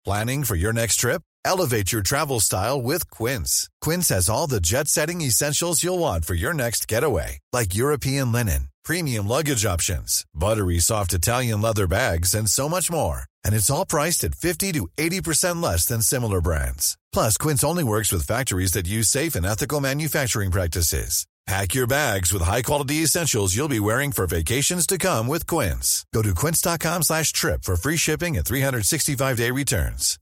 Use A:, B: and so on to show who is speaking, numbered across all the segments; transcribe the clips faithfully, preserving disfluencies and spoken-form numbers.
A: Planning for your next trip? Elevate your travel style with Quince. Quince has all the jet-setting essentials you'll want for your next getaway, like European linen, premium luggage options, buttery soft Italian leather bags, and so much more. And it's all priced at fifty to eighty percent less than similar brands. Plus, Quince only works with factories that use safe and ethical manufacturing practices. Pack your bags with high-quality essentials you'll be wearing for vacations to come with Quince. Go to quince.com slash trip for free shipping and three sixty-five day returns.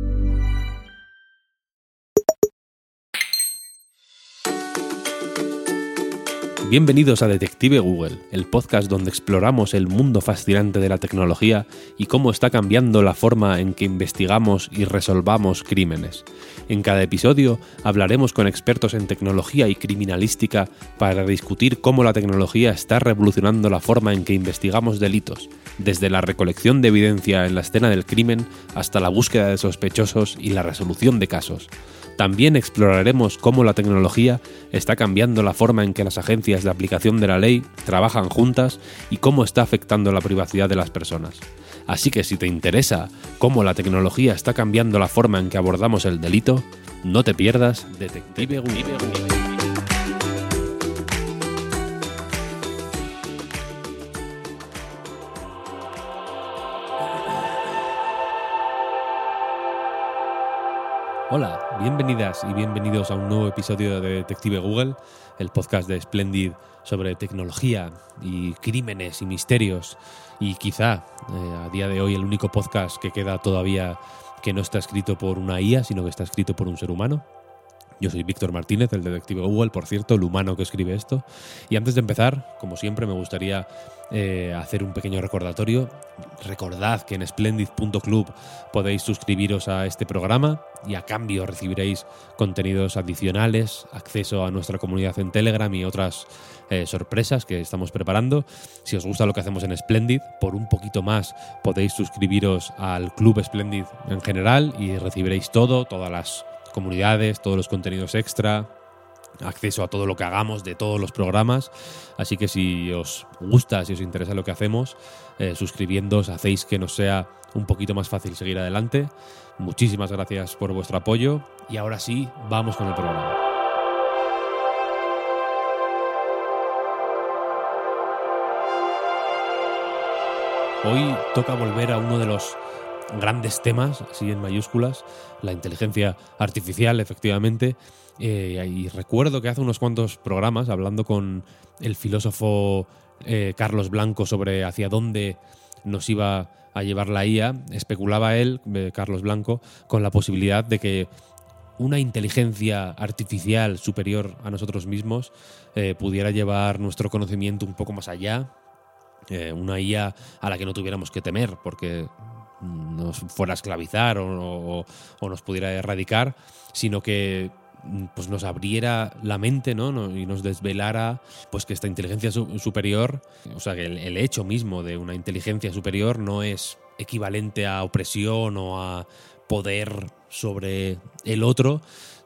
B: Bienvenidos a Detective Google, el podcast donde exploramos el mundo fascinante de la tecnología y cómo está cambiando la forma en que investigamos y resolvamos crímenes. En cada episodio hablaremos con expertos en tecnología y criminalística para discutir cómo la tecnología está revolucionando la forma en que investigamos delitos, desde la recolección de evidencia en la escena del crimen hasta la búsqueda de sospechosos y la resolución de casos. También exploraremos cómo la tecnología está cambiando la forma en que las agencias de aplicación de la ley trabajan juntas y cómo está afectando la privacidad de las personas. Así que si te interesa cómo la tecnología está cambiando la forma en que abordamos el delito, no te pierdas Detective Google. Hola, bienvenidas y bienvenidos a un nuevo episodio de Detective Google, el podcast de Splendid sobre tecnología y crímenes y misterios y quizá eh, a día de hoy el único podcast que queda todavía que no está escrito por una I A, sino que está escrito por un ser humano. Yo soy Víctor Martínez, el Detective Google, por cierto, el humano que escribe esto. Y antes de empezar, como siempre, me gustaría eh, hacer un pequeño recordatorio. Recordad que en splendid punto club podéis suscribiros a este programa y a cambio recibiréis contenidos adicionales, acceso a nuestra comunidad en Telegram y otras eh, sorpresas que estamos preparando. Si os gusta lo que hacemos en Splendid, por un poquito más podéis suscribiros al Club Splendid en general y recibiréis todo, todas las comunidades, todos los contenidos extra, acceso a todo lo que hagamos de todos los programas. Así que si os gusta, si os interesa lo que hacemos, eh, suscribiéndoos hacéis que nos sea un poquito más fácil seguir adelante. Muchísimas gracias por vuestro apoyo y ahora sí, vamos con el programa. Hoy toca volver a uno de los grandes temas, así en mayúsculas, la inteligencia artificial, efectivamente. Eh, y recuerdo que hace unos cuantos programas, hablando con el filósofo eh, Carlos Blanco sobre hacia dónde nos iba a llevar la I A, especulaba él, eh, Carlos Blanco, con la posibilidad de que una inteligencia artificial superior a nosotros mismos eh, pudiera llevar nuestro conocimiento un poco más allá, eh, una I A a la que no tuviéramos que temer, porque nos fuera a esclavizar o, o, o nos pudiera erradicar, sino que pues nos abriera la mente, ¿no? y nos desvelara pues que esta inteligencia su- superior, o sea que el, el hecho mismo de una inteligencia superior no es equivalente a opresión o a poder sobre el otro,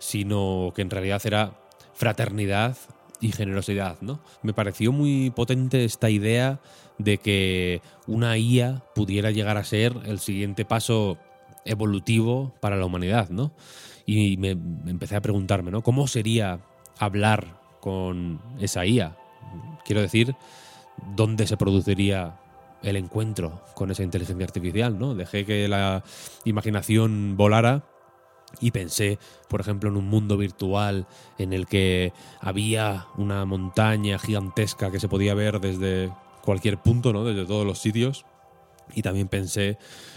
B: sino que en realidad era fraternidad y generosidad, ¿no? Me pareció muy potente esta idea de que una I A pudiera llegar a ser el siguiente paso evolutivo para la humanidad, ¿no? Y me, me empecé a preguntarme, ¿no? ¿Cómo sería hablar con esa I A? Quiero decir, ¿dónde se produciría el encuentro con esa inteligencia artificial, ¿no? Dejé que la imaginación volara y pensé, por ejemplo, en un mundo virtual en el que había una montaña gigantesca que se podía ver desde cualquier punto, ¿no? Desde todos los sitios. Y también pensé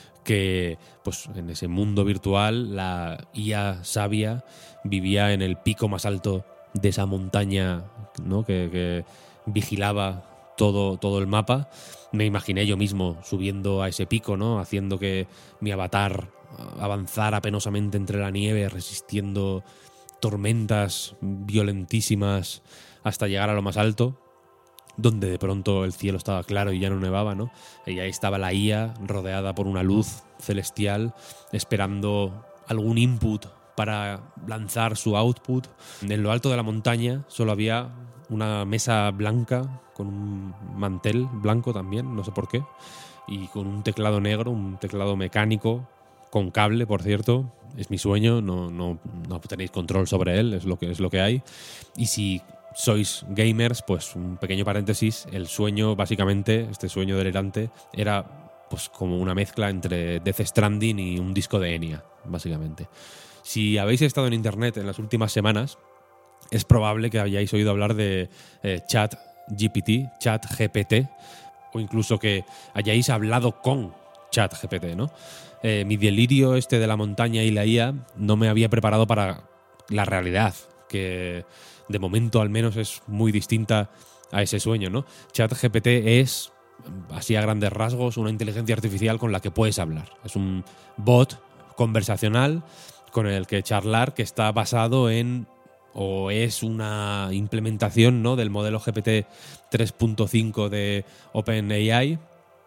B: que pues, en ese mundo virtual la I A sabia vivía en el pico más alto de esa montaña, ¿no? que, que vigilaba todo, todo el mapa. Me imaginé yo mismo subiendo a ese pico, ¿no? Haciendo que mi avatar avanzara penosamente entre la nieve, resistiendo tormentas violentísimas hasta llegar a lo más alto, donde de pronto el cielo estaba claro y ya no nevaba, ¿no? Y ahí estaba la I A rodeada por una luz celestial, esperando algún input para lanzar su output. En lo alto de la montaña solo había una mesa blanca con un mantel blanco también, no sé por qué, y con un teclado negro, un teclado mecánico con cable, por cierto. Es mi sueño, no, no, no tenéis control sobre él, es lo que, es lo que hay. Y si sois gamers, pues un pequeño paréntesis, el sueño, básicamente, este sueño delirante, era pues como una mezcla entre Death Stranding y un disco de Enya, básicamente. Si habéis estado en internet en las últimas semanas, es probable que hayáis oído hablar de eh, ChatGPT, ChatGPT, o incluso que hayáis hablado con ChatGPT, ¿no? Eh, mi delirio este de la montaña y la I A no me había preparado para la realidad, que de momento al menos es muy distinta a ese sueño, ¿no? ChatGPT es, así a grandes rasgos, una inteligencia artificial con la que puedes hablar. Es un bot conversacional con el que charlar, que está basado en, o es una implementación, ¿no?, del modelo G P T tres punto cinco de OpenAI,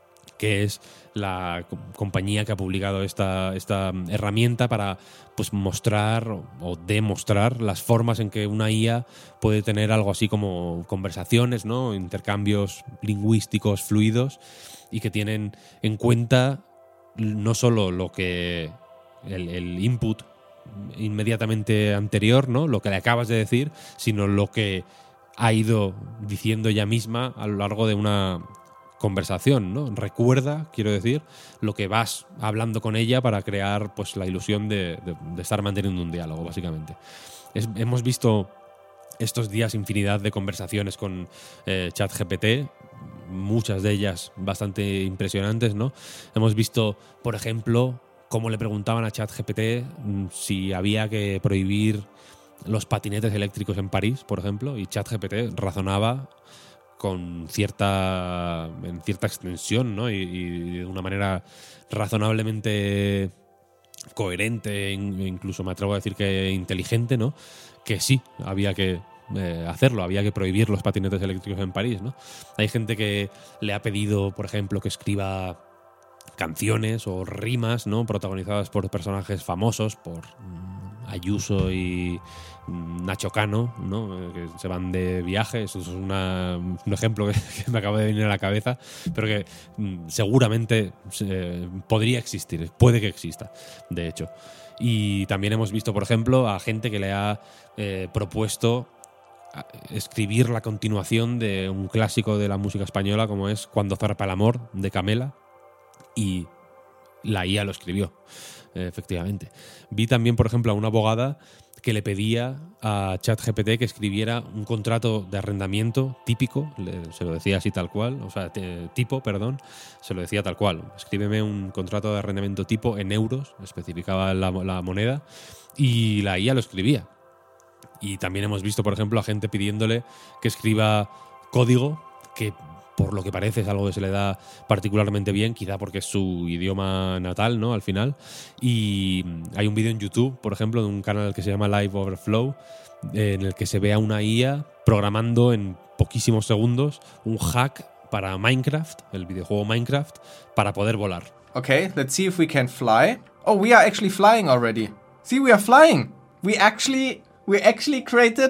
B: que es la compañía que ha publicado esta, esta herramienta para pues mostrar o demostrar las formas en que una I A puede tener algo así como conversaciones, ¿no?, intercambios lingüísticos fluidos, y que tienen en cuenta no solo lo que el, el input inmediatamente anterior, ¿no?, lo que le acabas de decir, sino lo que ha ido diciendo ella misma a lo largo de una conversación, ¿no? Recuerda, quiero decir, lo que vas hablando con ella para crear pues la ilusión de, de, de estar manteniendo un diálogo, básicamente. Es, hemos visto estos días infinidad de conversaciones con eh, ChatGPT, muchas de ellas bastante impresionantes, ¿no? Hemos visto, por ejemplo, cómo le preguntaban a ChatGPT si había que prohibir los patinetes eléctricos en París, por ejemplo, y ChatGPT razonaba con cierta en cierta extensión, ¿no? Y, y de una manera razonablemente coherente, incluso me atrevo a decir que inteligente, ¿no?, que sí, había que eh, hacerlo, había que prohibir los patinetes eléctricos en París, ¿no? Hay gente que le ha pedido, por ejemplo, que escriba canciones o rimas, ¿no?, protagonizadas por personajes famosos, por mm, Ayuso y mm, Nacho Cano, ¿no?, que se van de viaje. Eso es una, un ejemplo que, que me acaba de venir a la cabeza, pero que mm, seguramente eh, podría existir, puede que exista, de hecho. Y también hemos visto, por ejemplo, a gente que le ha eh, propuesto escribir la continuación de un clásico de la música española como es Cuando zarpa el amor, de Camela, y la I A lo escribió, eh, efectivamente. Vi también, por ejemplo, a una abogada que le pedía a ChatGPT que escribiera un contrato de arrendamiento típico, le, se lo decía así tal cual, o sea, te, tipo, perdón, se lo decía tal cual. Escríbeme un contrato de arrendamiento tipo en euros, especificaba la, la moneda, y la I A lo escribía. Y también hemos visto, por ejemplo, a gente pidiéndole que escriba código, que por lo que parece es algo que se le da particularmente bien, quizá porque es su idioma natal, ¿no?, al final. Y hay un vídeo en YouTube, por ejemplo, de un canal que se llama Live Overflow, en el que se ve a una I A programando en poquísimos segundos un hack para Minecraft, el videojuego Minecraft, para poder volar.
C: Okay, let's see if we can fly. Oh, we are actually flying already. See, we are flying. We actually, we actually created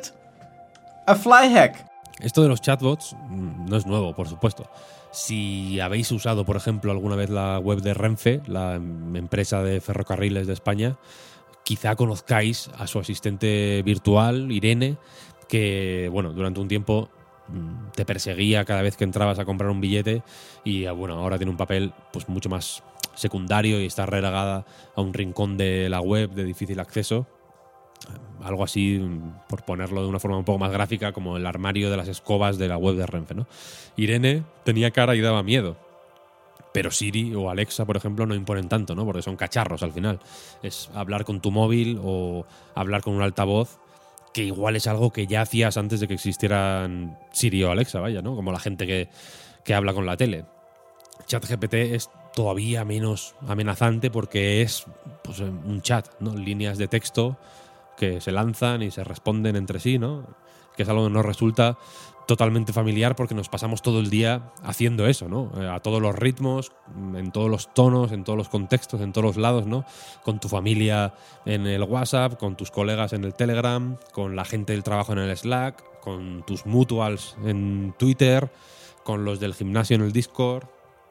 C: a fly hack.
B: Esto de los chatbots no es nuevo, por supuesto. Si habéis usado, por ejemplo, alguna vez la web de Renfe, la empresa de ferrocarriles de España, quizá conozcáis a su asistente virtual, Irene, que, bueno, durante un tiempo te perseguía cada vez que entrabas a comprar un billete y, bueno, ahora tiene un papel pues mucho más secundario y está relegada a un rincón de la web de difícil acceso. Algo así, por ponerlo de una forma un poco más gráfica, como el armario de las escobas de la web de Renfe, ¿no? Irene tenía cara y daba miedo. Pero Siri o Alexa, por ejemplo, no imponen tanto, ¿no? Porque son cacharros al final. Es hablar con tu móvil o hablar con un altavoz, que igual es algo que ya hacías antes de que existieran Siri o Alexa, vaya, ¿no? Como la gente que, que habla con la tele. ChatGPT es todavía menos amenazante porque es pues, un chat, ¿no? Líneas de texto que se lanzan y se responden entre sí, ¿no? Que es algo que nos resulta totalmente familiar porque nos pasamos todo el día haciendo eso, ¿no? A todos los ritmos, en todos los tonos, en todos los contextos, en todos los lados, ¿no? Con tu familia en el WhatsApp, con tus colegas en el Telegram, con la gente del trabajo en el Slack, con tus mutuals en Twitter, con los del gimnasio en el Discord,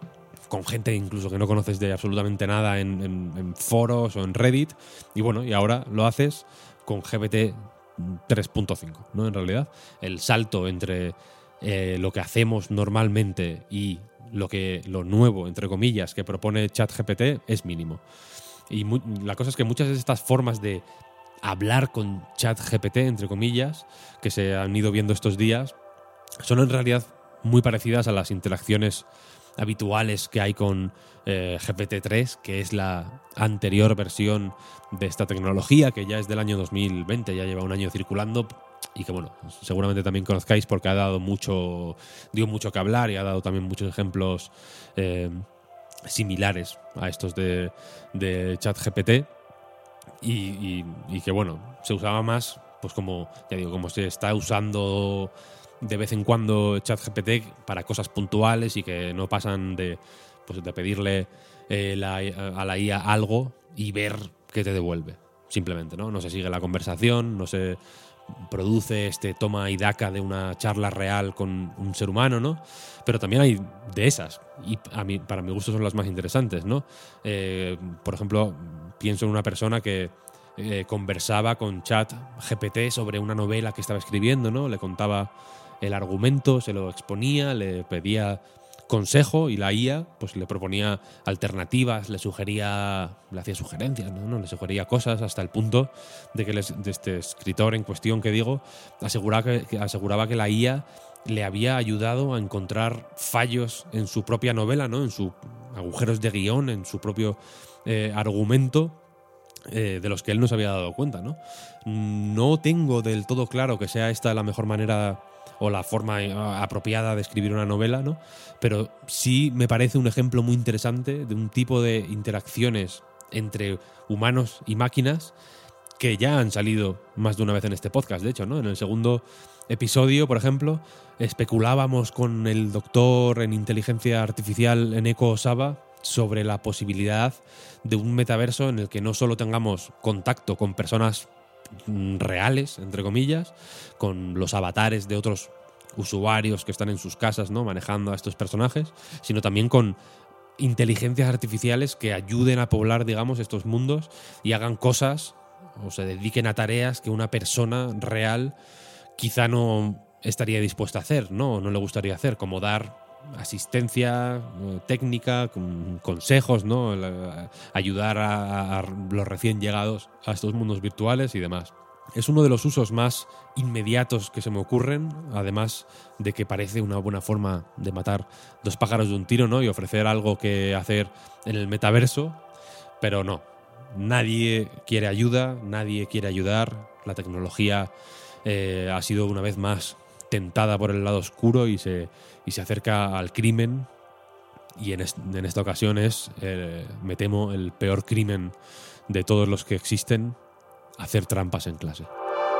B: con gente incluso que no conoces de absolutamente nada en, en, en foros o en Reddit, y bueno, y ahora lo haces con G P T tres punto cinco, ¿no? En realidad, el salto entre eh, lo que hacemos normalmente y lo que lo nuevo, entre comillas, que propone ChatGPT es mínimo. Y mu- la cosa es que muchas de estas formas de hablar con ChatGPT, entre comillas, que se han ido viendo estos días, son en realidad muy parecidas a las interacciones habituales que hay con eh, G P T tres, que es la anterior versión de esta tecnología, que ya es del año dos mil veinte, ya lleva un año circulando, y que bueno, seguramente también conozcáis porque ha dado mucho, dio mucho que hablar y ha dado también muchos ejemplos eh, similares a estos de, de ChatGPT, y, y, y que bueno, se usaba más, pues como, ya digo, como se está usando de vez en cuando ChatGPT para cosas puntuales y que no pasan de, pues de pedirle eh, la, a la I A algo y ver qué te devuelve, simplemente, ¿no? No se sigue la conversación, no se produce este toma y daca de una charla real con un ser humano, ¿no? Pero también hay de esas, y a mí, para mi gusto son las más interesantes, ¿no? Eh, por ejemplo, pienso en una persona que eh, conversaba con ChatGPT sobre una novela que estaba escribiendo, ¿no? Le contaba el argumento, se lo exponía, le pedía consejo y la I A pues le proponía alternativas, le sugería, le hacía sugerencias, ¿no? ¿no? Le sugería cosas hasta el punto de que les, de este escritor en cuestión que digo aseguraba que, que aseguraba que la I A le había ayudado a encontrar fallos en su propia novela, ¿no? En sus agujeros de guión, en su propio eh, argumento, eh, de los que él no se había dado cuenta, ¿no? No tengo del todo claro que sea esta la mejor manera o la forma apropiada de escribir una novela, ¿no? Pero sí me parece un ejemplo muy interesante de un tipo de interacciones entre humanos y máquinas que ya han salido más de una vez en este podcast, de hecho, ¿no? En el segundo episodio, por ejemplo, especulábamos con el doctor en inteligencia artificial Eneko Osaba sobre la posibilidad de un metaverso en el que no solo tengamos contacto con personas reales, entre comillas, con los avatares de otros usuarios que están en sus casas, ¿no? Manejando a estos personajes, sino también con inteligencias artificiales que ayuden a poblar, digamos, estos mundos y hagan cosas o se dediquen a tareas que una persona real quizá no estaría dispuesta a hacer, ¿no? O no le gustaría hacer, como dar asistencia eh, técnica, con consejos, ¿no? La, ayudar a, a los recién llegados a estos mundos virtuales y demás. Es uno de los usos más inmediatos que se me ocurren, además de que parece una buena forma de matar dos pájaros de un tiro, ¿no? Y ofrecer algo que hacer en el metaverso, pero no. Nadie quiere ayuda, nadie quiere ayudar. La tecnología eh, ha sido una vez más tentada por el lado oscuro y se, y se acerca al crimen, y en, est- en esta ocasión es, eh, me temo, el peor crimen de todos los que existen: hacer trampas en clase.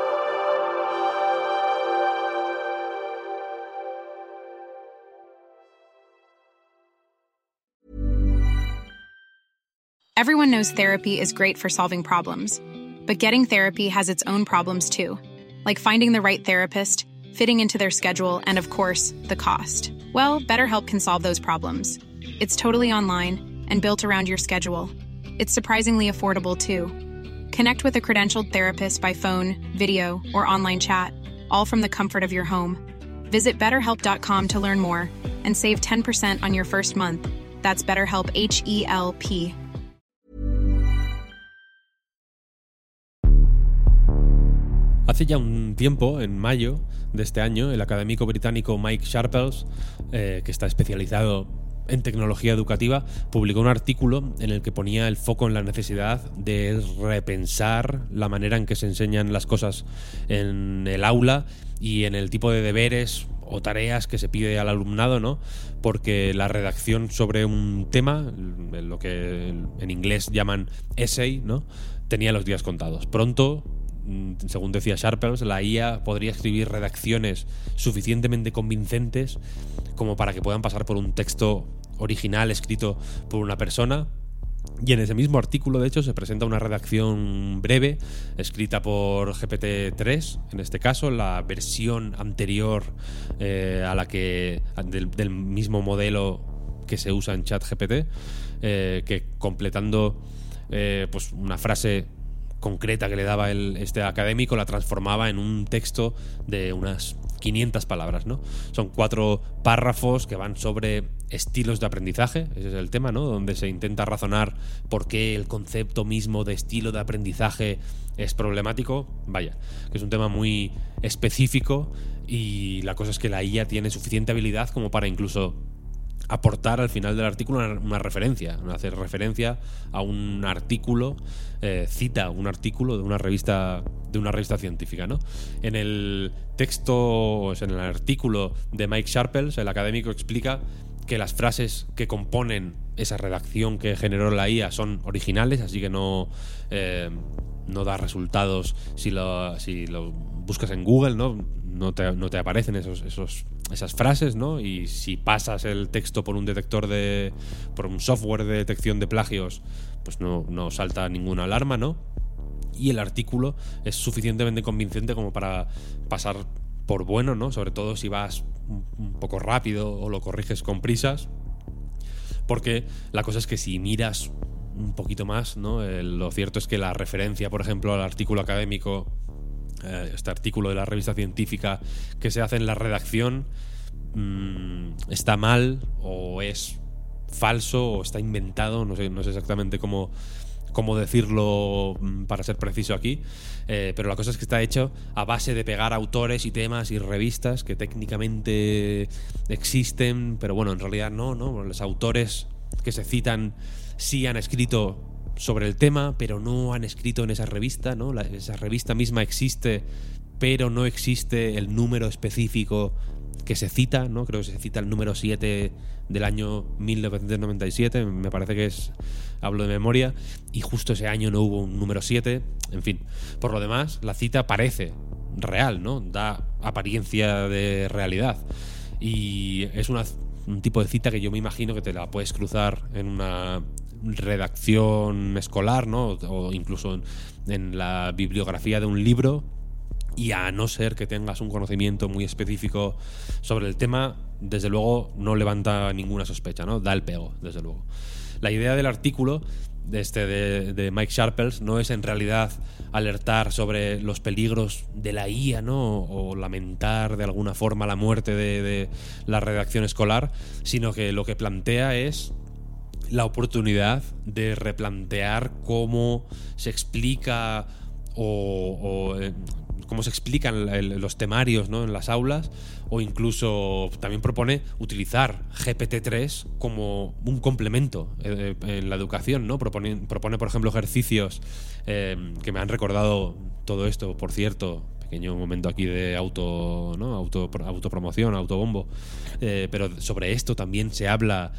D: Everyone knows therapy is great for solving problems, but getting therapy has its own problems too, like finding the right therapist, fitting into their schedule, and of course, the cost. Well, BetterHelp can solve those problems. It's totally online and built around your schedule. It's surprisingly affordable too. Connect with a credentialed therapist by phone, video, or online chat, all from the comfort of your home. Visit better help dot com to learn more and save ten percent on your first month. That's BetterHelp, H E L P.
B: Hace ya un tiempo, en mayo de este año, el académico británico Mike Sharples, eh, que está especializado en tecnología educativa, publicó un artículo en el que ponía el foco en la necesidad de repensar la manera en que se enseñan las cosas en el aula y en el tipo de deberes o tareas que se pide al alumnado, ¿no? Porque la redacción sobre un tema, lo que en inglés llaman essay, ¿no?, tenía los días contados. Pronto, según decía Sharples, la I A podría escribir redacciones suficientemente convincentes como para que puedan pasar por un texto original escrito por una persona. Y en ese mismo artículo, de hecho, se presenta una redacción breve escrita por G P T tres, en este caso, la versión anterior eh, a la que del, del mismo modelo que se usa en ChatGPT, eh, que completando eh, pues una frase concreta que le daba el, este académico la transformaba en un texto de unas quinientas palabras, ¿no? Son cuatro párrafos que van sobre estilos de aprendizaje, ese es el tema, ¿no? Donde se intenta razonar por qué el concepto mismo de estilo de aprendizaje es problemático. Vaya, que es un tema muy específico, y la cosa es que la I A tiene suficiente habilidad como para incluso aportar al final del artículo una, una referencia, hacer referencia a un artículo, eh, cita un artículo de una revista de una revista científica, ¿no? En el texto, o sea, en el artículo de Mike Sharples, el académico explica que las frases que componen esa redacción que generó la I A son originales, así que no, eh, no da resultados si lo, si lo buscas en Google, ¿no? No te, no te aparecen esos, esos, esas frases, ¿no? Y si pasas el texto por un detector de... por un software de detección de plagios, pues no, no salta ninguna alarma, ¿no? Y el artículo es suficientemente convincente como para pasar por bueno, ¿no? Sobre todo si vas un poco rápido o lo corriges con prisas. Porque la cosa es que si miras un poquito más, ¿no? Eh, lo cierto es que la referencia, por ejemplo, al artículo académico, este artículo de la revista científica que se hace en la redacción, mmm, está mal, o es falso, o está inventado, no sé, no sé exactamente cómo, cómo decirlo para ser preciso aquí, eh, pero la cosa es que está hecho a base de pegar autores y temas y revistas que técnicamente existen, pero bueno, en realidad no, ¿no? Los autores que se citan sí han escrito sobre el tema, pero no han escrito en esa revista, ¿no? La, esa revista misma existe, pero no existe el número específico que se cita, ¿no? Creo que se cita el número siete del año mil novecientos noventa y siete, me parece que es, hablo de memoria, y justo ese año no hubo un número siete, en fin. Por lo demás, la cita parece real, ¿no? Da apariencia de realidad, y es una, un tipo de cita que yo me imagino que te la puedes cruzar en una redacción escolar, ¿no? O incluso en, en la bibliografía de un libro, y a no ser que tengas un conocimiento muy específico sobre el tema, desde luego no levanta ninguna sospecha, ¿no? Da el pego, desde luego. La idea del artículo de, este, de, de Mike Sharples no es en realidad alertar sobre los peligros de la I A, ¿no? O lamentar de alguna forma la muerte de, de la redacción escolar, sino que lo que plantea es la oportunidad de replantear cómo se explica o, o eh, cómo se explican el, los temarios, ¿no? En las aulas, o incluso también propone utilizar G P T tres como un complemento eh, en la educación, ¿no? Propone, propone, por ejemplo, ejercicios eh, que me han recordado todo esto, por cierto. Pequeño momento aquí de auto, ¿no? Auto, autopromoción, autobombo. Eh, pero sobre esto también se habla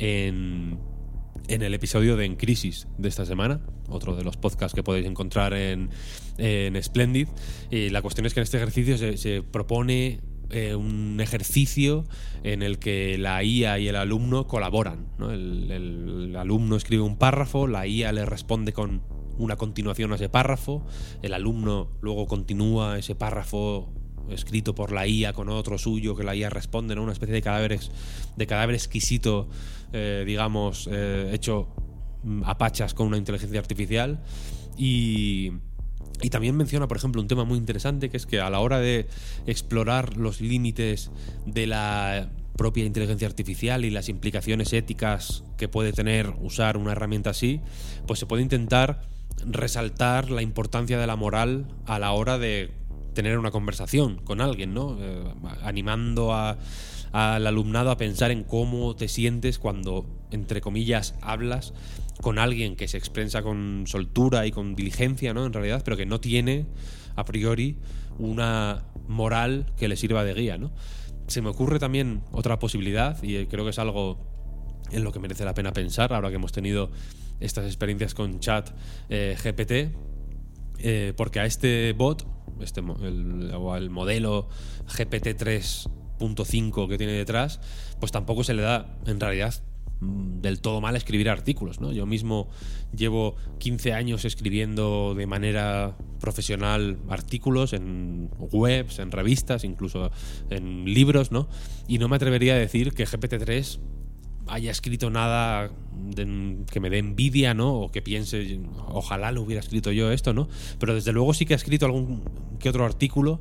B: en, en el episodio de En Crisis de esta semana, otro de los podcasts que podéis encontrar en, en Splendid. Y la cuestión es que en este ejercicio se, se propone eh, un ejercicio en el que la I A y el alumno colaboran, ¿no? El, el, el alumno escribe un párrafo, la I A le responde con una continuación a ese párrafo, el alumno luego continúa ese párrafo escrito por la I A con otro suyo que la I A responde, ¿no? Una especie de cadáver, de cadáver exquisito, eh, digamos, eh, hecho a pachas con una inteligencia artificial. Y, y también menciona, por ejemplo, un tema muy interesante, que es que a la hora de explorar los límites de la propia inteligencia artificial y las implicaciones éticas que puede tener usar una herramienta así, pues se puede intentar resaltar la importancia de la moral a la hora de tener una conversación con alguien, ¿no? Eh, animando a, al alumnado a pensar en cómo te sientes cuando, entre comillas, hablas con alguien que se expresa con soltura y con diligencia, ¿no? En realidad, pero que no tiene, a priori, una moral que le sirva de guía, ¿no? Se me ocurre también otra posibilidad, y creo que es algo en lo que merece la pena pensar ahora que hemos tenido estas experiencias con Chat eh, G P T, eh, porque a este bot, este, el, o al modelo G P T tres punto cinco que tiene detrás, pues tampoco se le da en realidad del todo mal escribir artículos, ¿no? Yo mismo llevo quince años escribiendo de manera profesional artículos en webs, en revistas, incluso en libros, ¿no? Y no me atrevería a decir que G P T tres haya escrito nada de, que me dé envidia, ¿no? O que piense, ojalá lo hubiera escrito yo esto, ¿no? Pero desde luego sí que ha escrito algún que otro artículo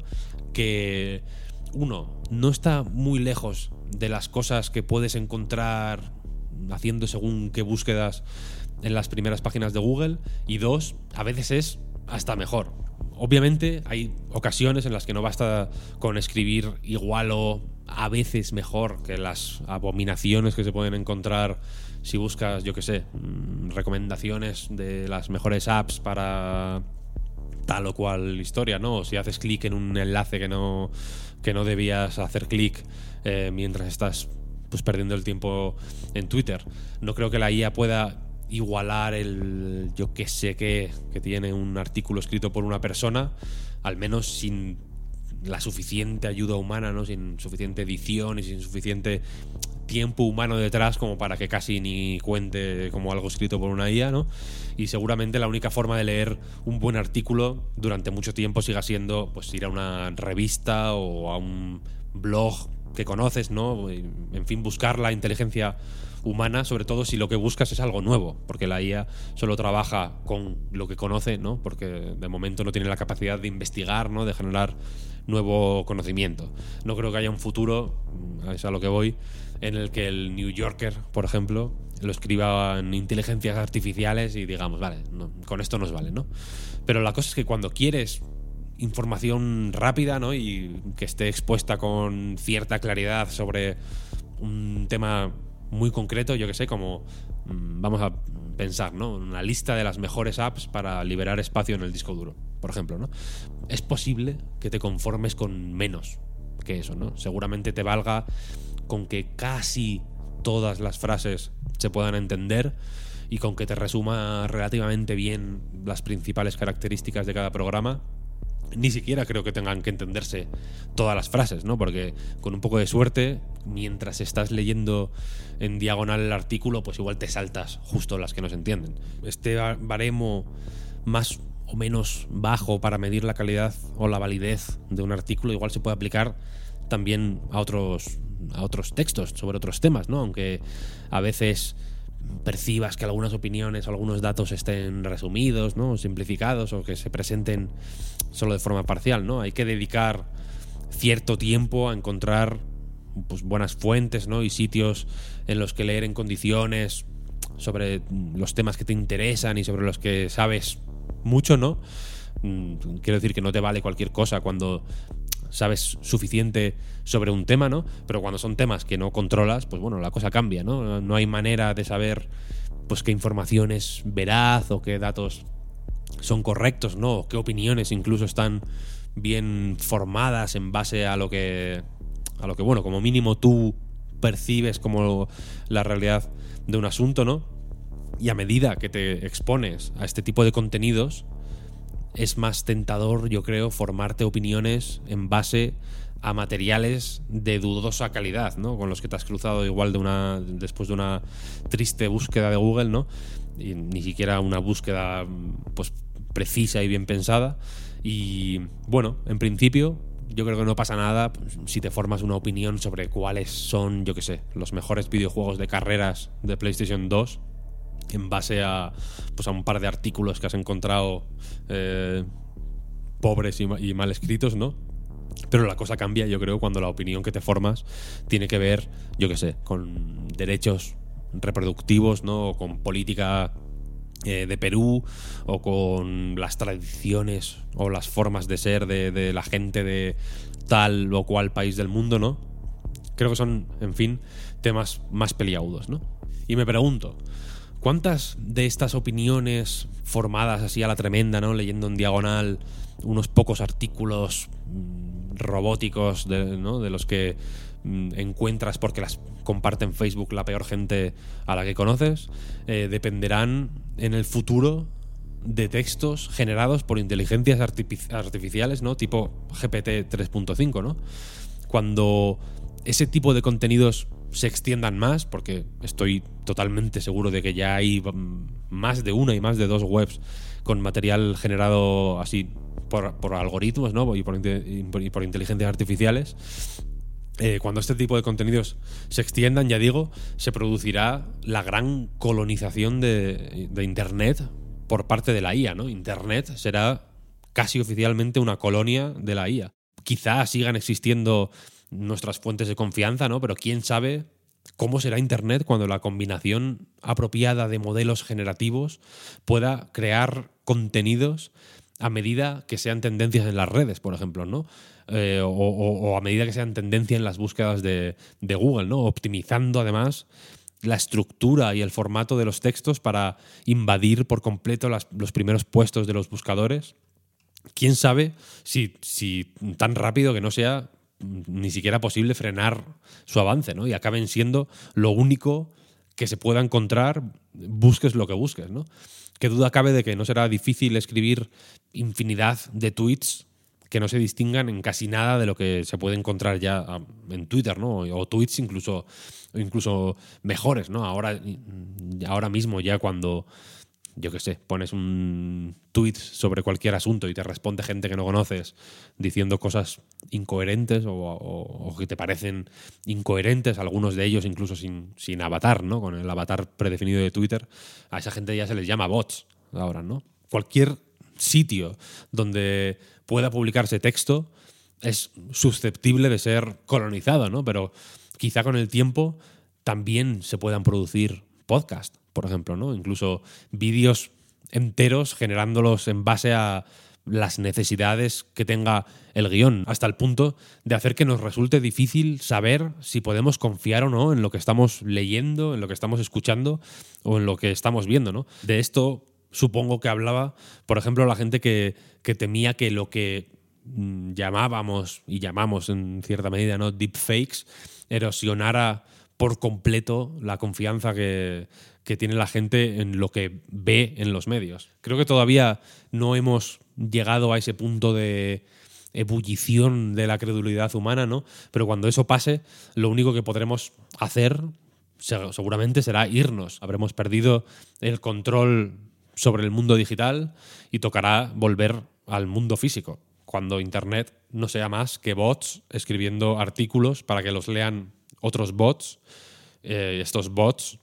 B: que, uno, no está muy lejos de las cosas que puedes encontrar haciendo según qué búsquedas en las primeras páginas de Google, y dos, a veces es hasta mejor. Obviamente hay ocasiones en las que no basta con escribir igual o a veces mejor que las abominaciones que se pueden encontrar si buscas, yo qué sé, recomendaciones de las mejores apps para tal o cual historia, ¿no? O si haces clic en un enlace que no, que no debías hacer clic eh, mientras estás pues perdiendo el tiempo en Twitter. No creo que la I A pueda igualar el yo qué sé qué que tiene un artículo escrito por una persona, al menos sin la suficiente ayuda humana, ¿no? Sin suficiente edición y sin suficiente tiempo humano detrás como para que casi ni cuente como algo escrito por una I A, ¿no? Y seguramente la única forma de leer un buen artículo durante mucho tiempo siga siendo pues ir a una revista o a un blog que conoces, ¿no? En fin, buscar la inteligencia humana, sobre todo si lo que buscas es algo nuevo, porque la I A solo trabaja con lo que conoce, ¿no? Porque de momento no tiene la capacidad de investigar, ¿no? De generar nuevo conocimiento. No creo que haya un futuro, es a lo que voy, en el que el New Yorker, por ejemplo, lo escriba en inteligencias artificiales y digamos, vale, no, con esto nos vale, ¿no? Pero la cosa es que cuando quieres información rápida, ¿no? Y que esté expuesta con cierta claridad sobre un tema muy concreto, yo que sé, como vamos a pensar, ¿no? Una lista de las mejores apps para liberar espacio en el disco duro, por ejemplo, ¿no? Es posible que te conformes con menos que eso, ¿no? Seguramente te valga con que casi todas las frases se puedan entender y con que te resuma relativamente bien las principales características de cada programa. Ni siquiera creo que tengan que entenderse todas las frases, ¿no? Porque con un poco de suerte, mientras estás leyendo en diagonal el artículo, pues igual te saltas justo las que no se entienden. Este baremo más o menos bajo para medir la calidad o la validez de un artículo igual se puede aplicar también a otros, a otros textos sobre otros temas, ¿no? Aunque a veces percibas que algunas opiniones o algunos datos estén resumidos, ¿no? Simplificados, o que se presenten solo de forma parcial, ¿no? Hay que dedicar cierto tiempo a encontrar pues buenas fuentes, ¿no? Y sitios en los que leer en condiciones sobre los temas que te interesan y sobre los que sabes mucho, ¿no? Quiero decir que no te vale cualquier cosa cuando sabes suficiente sobre un tema, ¿no? Pero cuando son temas que no controlas, pues bueno, la cosa cambia, ¿no? No hay manera de saber pues qué información es veraz o qué datos son correctos, ¿no? O qué opiniones incluso están bien formadas en base a lo que a lo que, bueno, como mínimo tú percibes como la realidad de un asunto, ¿no? Y a medida que te expones a este tipo de contenidos, es más tentador, yo creo, formarte opiniones en base a materiales de dudosa calidad, ¿no? Con los que te has cruzado igual de una después de una triste búsqueda de Google, ¿no? Y ni siquiera una búsqueda pues precisa y bien pensada. Y bueno, en principio yo creo que no pasa nada si te formas una opinión sobre cuáles son, yo qué sé, los mejores videojuegos de carreras de PlayStation dos en base a pues a un par de artículos que has encontrado eh, pobres y, y mal escritos, ¿no? Pero la cosa cambia, yo creo, cuando la opinión que te formas tiene que ver, yo qué sé, con derechos reproductivos, ¿no? O con política eh, de Perú, o con las tradiciones o las formas de ser de, de la gente de tal o cual país del mundo, ¿no? Creo que son, en fin, temas más peliagudos, ¿no? Y me pregunto, ¿cuántas de estas opiniones formadas así a la tremenda, ¿no? Leyendo en diagonal unos pocos artículos mmm, robóticos de, ¿no? de los que mmm, encuentras porque las comparte en Facebook la peor gente a la que conoces, eh, dependerán en el futuro de textos generados por inteligencias artific- artificiales, ¿no? Tipo G P T tres punto cinco, ¿no? Cuando ese tipo de contenidos se extiendan más, porque estoy totalmente seguro de que ya hay más de una y más de dos webs con material generado así por, por algoritmos, ¿no? y, por, y, por, y por inteligencias artificiales. Eh, cuando este tipo de contenidos se extiendan, ya digo, se producirá la gran colonización de, de Internet por parte de la I A, ¿no? Internet será casi oficialmente una colonia de la I A. Quizá sigan existiendo nuestras fuentes de confianza, ¿no? Pero quién sabe cómo será Internet cuando la combinación apropiada de modelos generativos pueda crear contenidos a medida que sean tendencias en las redes, por ejemplo, ¿no? Eh, o, o, o a medida que sean tendencia en las búsquedas de, de Google, ¿no? Optimizando además la estructura y el formato de los textos para invadir por completo las, los primeros puestos de los buscadores. ¿Quién sabe si, si tan rápido que no sea ni siquiera posible frenar su avance, ¿no? Y acaben siendo lo único que se pueda encontrar, busques lo que busques, ¿no? Qué duda cabe de que no será difícil escribir infinidad de tweets que no se distingan en casi nada de lo que se puede encontrar ya en Twitter, ¿no? O tweets incluso, incluso mejores, ¿no? Ahora, ahora mismo ya cuando, yo qué sé, pones un tweet sobre cualquier asunto y te responde gente que no conoces diciendo cosas incoherentes o, o, o que te parecen incoherentes, algunos de ellos incluso sin, sin avatar, ¿no? Con el avatar predefinido de Twitter, a esa gente ya se les llama bots ahora, ¿no? Cualquier sitio donde pueda publicarse texto es susceptible de ser colonizado, ¿no? Pero quizá con el tiempo también se puedan producir podcasts, por ejemplo, ¿no? Incluso vídeos enteros generándolos en base a las necesidades que tenga el guión, hasta el punto de hacer que nos resulte difícil saber si podemos confiar o no en lo que estamos leyendo, en lo que estamos escuchando o en lo que estamos viendo, ¿no? De esto supongo que hablaba, por ejemplo, la gente que, que temía que lo que mm, llamábamos y llamamos en cierta medida, ¿no?, deepfakes, erosionara por completo la confianza que, que tiene la gente en lo que ve en los medios. Creo que todavía no hemos llegado a ese punto de ebullición de la credulidad humana, ¿no? Pero cuando eso pase, lo único que podremos hacer seguramente será irnos. Habremos perdido el control sobre el mundo digital y tocará volver al mundo físico, cuando Internet no sea más que bots escribiendo artículos para que los lean otros bots. Eh, estos bots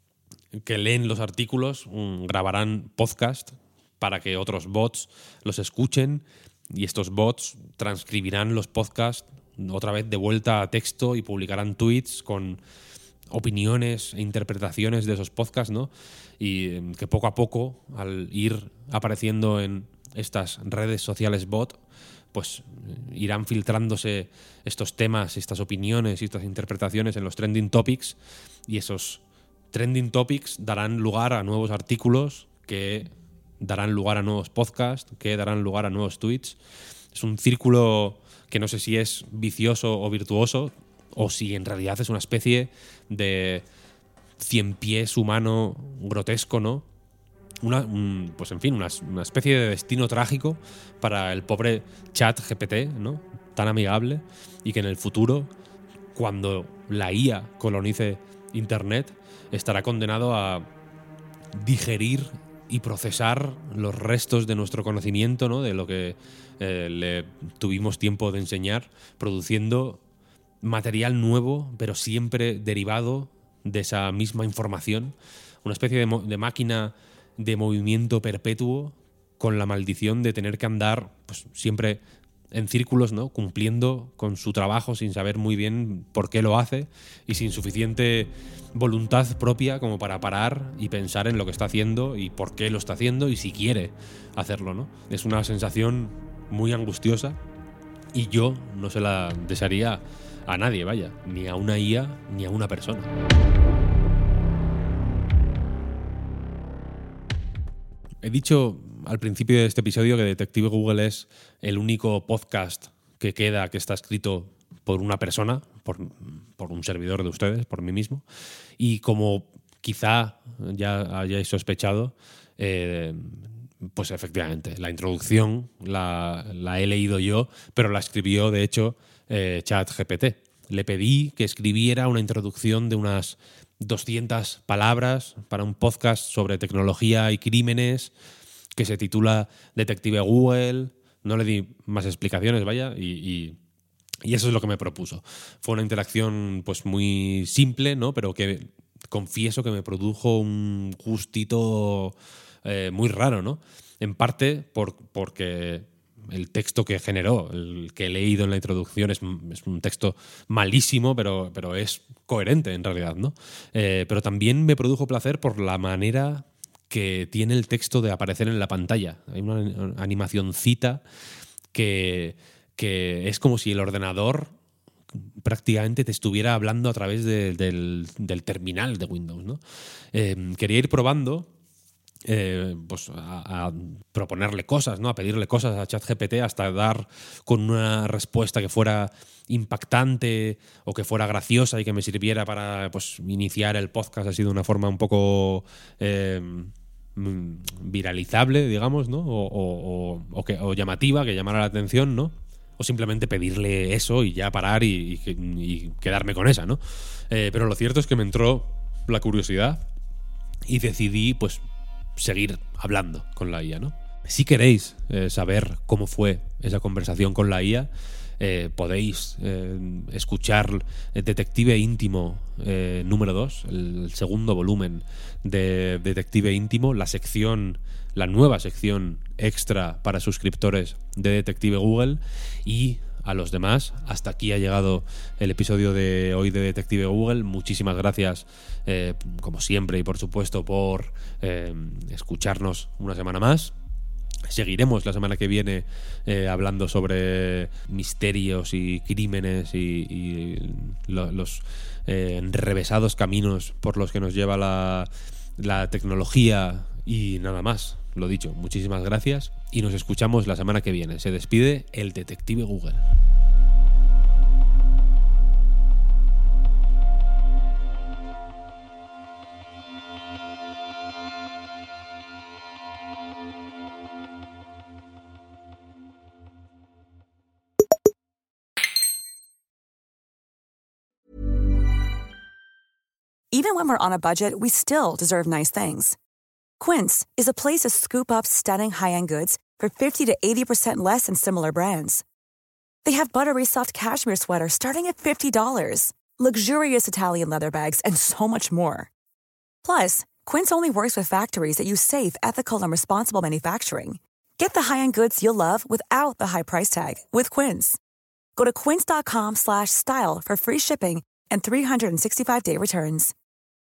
B: que leen los artículos um, grabarán podcast para que otros bots los escuchen y estos bots transcribirán los podcasts otra vez de vuelta a texto y publicarán tweets con opiniones e interpretaciones de esos podcasts, ¿no? Y que poco a poco, al ir apareciendo en estas redes sociales bot, pues irán filtrándose estos temas, estas opiniones y estas interpretaciones en los trending topics, y esos trending topics darán lugar a nuevos artículos que darán lugar a nuevos podcasts, que darán lugar a nuevos tweets. Es un círculo que no sé si es vicioso o virtuoso, o si en realidad es una especie de cien pies humano grotesco, ¿no? Una, un, pues en fin, una, una especie de destino trágico para el pobre chat G P T, ¿no? Tan amigable, y que en el futuro, cuando la I A colonice Internet, estará condenado a digerir y procesar los restos de nuestro conocimiento, ¿no? De lo que eh, le tuvimos tiempo de enseñar, produciendo material nuevo, pero siempre derivado de esa misma información, una especie de, de máquina de movimiento perpetuo con la maldición de tener que andar pues, siempre en círculos, ¿no? Cumpliendo con su trabajo sin saber muy bien por qué lo hace y sin suficiente voluntad propia como para parar y pensar en lo que está haciendo y por qué lo está haciendo y si quiere hacerlo, ¿no? Es una sensación muy angustiosa y yo no se la desearía a nadie, vaya, ni a una I A ni a una persona. He dicho al principio de este episodio que Detective Google es el único podcast que queda que está escrito por una persona, por, por un servidor de ustedes, por mí mismo. Y como quizá ya hayáis sospechado, eh, pues efectivamente, la introducción la, la he leído yo, pero la escribió, de hecho, eh, ChatGPT. Le pedí que escribiera una introducción de unas doscientas palabras para un podcast sobre tecnología y crímenes que se titula Detective Google. No le di más explicaciones, vaya, y, y Y eso es lo que me propuso. Fue una interacción pues muy simple, ¿no? Pero que confieso que me produjo un gustito eh, muy raro, ¿no? En parte por, porque el texto que generó, el que he leído en la introducción, es, es un texto malísimo, pero, pero es coherente en realidad, ¿no? Eh, pero también me produjo placer por la manera que tiene el texto de aparecer en la pantalla. Hay una animacioncita que, que es como si el ordenador prácticamente te estuviera hablando a través de, del, del terminal de Windows, ¿no? Eh, quería ir probando eh, pues a, a proponerle cosas, ¿no? A pedirle cosas a ChatGPT hasta dar con una respuesta que fuera impactante o que fuera graciosa y que me sirviera para pues, iniciar el podcast así de una forma un poco eh, viralizable, digamos, ¿no? O, o, o, o, que, o llamativa, que llamara la atención, ¿no? O simplemente pedirle eso y ya parar y, y, y quedarme con esa, ¿no? Eh, pero lo cierto es que me entró la curiosidad y decidí, pues, seguir hablando con la I A, ¿no? Si queréis eh, saber cómo fue esa conversación con la I A, eh, podéis eh, escuchar Detective Íntimo eh, número dos, el segundo volumen de Detective Íntimo, la sección... la nueva sección extra para suscriptores de Detective Google. Y a los demás, hasta aquí ha llegado el episodio de hoy de Detective Google. Muchísimas gracias, eh, como siempre, y por supuesto por eh, escucharnos una semana más. Seguiremos la semana que viene eh, hablando sobre misterios y crímenes y, y lo, los eh, enrevesados caminos por los que nos lleva la, la tecnología. Y nada más, lo dicho, muchísimas gracias y nos escuchamos la semana que viene. Se despide el Detective Google.
E: Even when we're on a budget, we still deserve nice things. Quince is a place to scoop up stunning high-end goods for fifty to eighty percent less than similar brands. They have buttery soft cashmere sweaters starting at fifty dollars, luxurious Italian leather bags, and so much more. Plus, Quince only works with factories that use safe, ethical, and responsible manufacturing. Get the high-end goods you'll love without the high price tag with Quince. Go to quince dot com slash style for free shipping and three sixty-five day returns.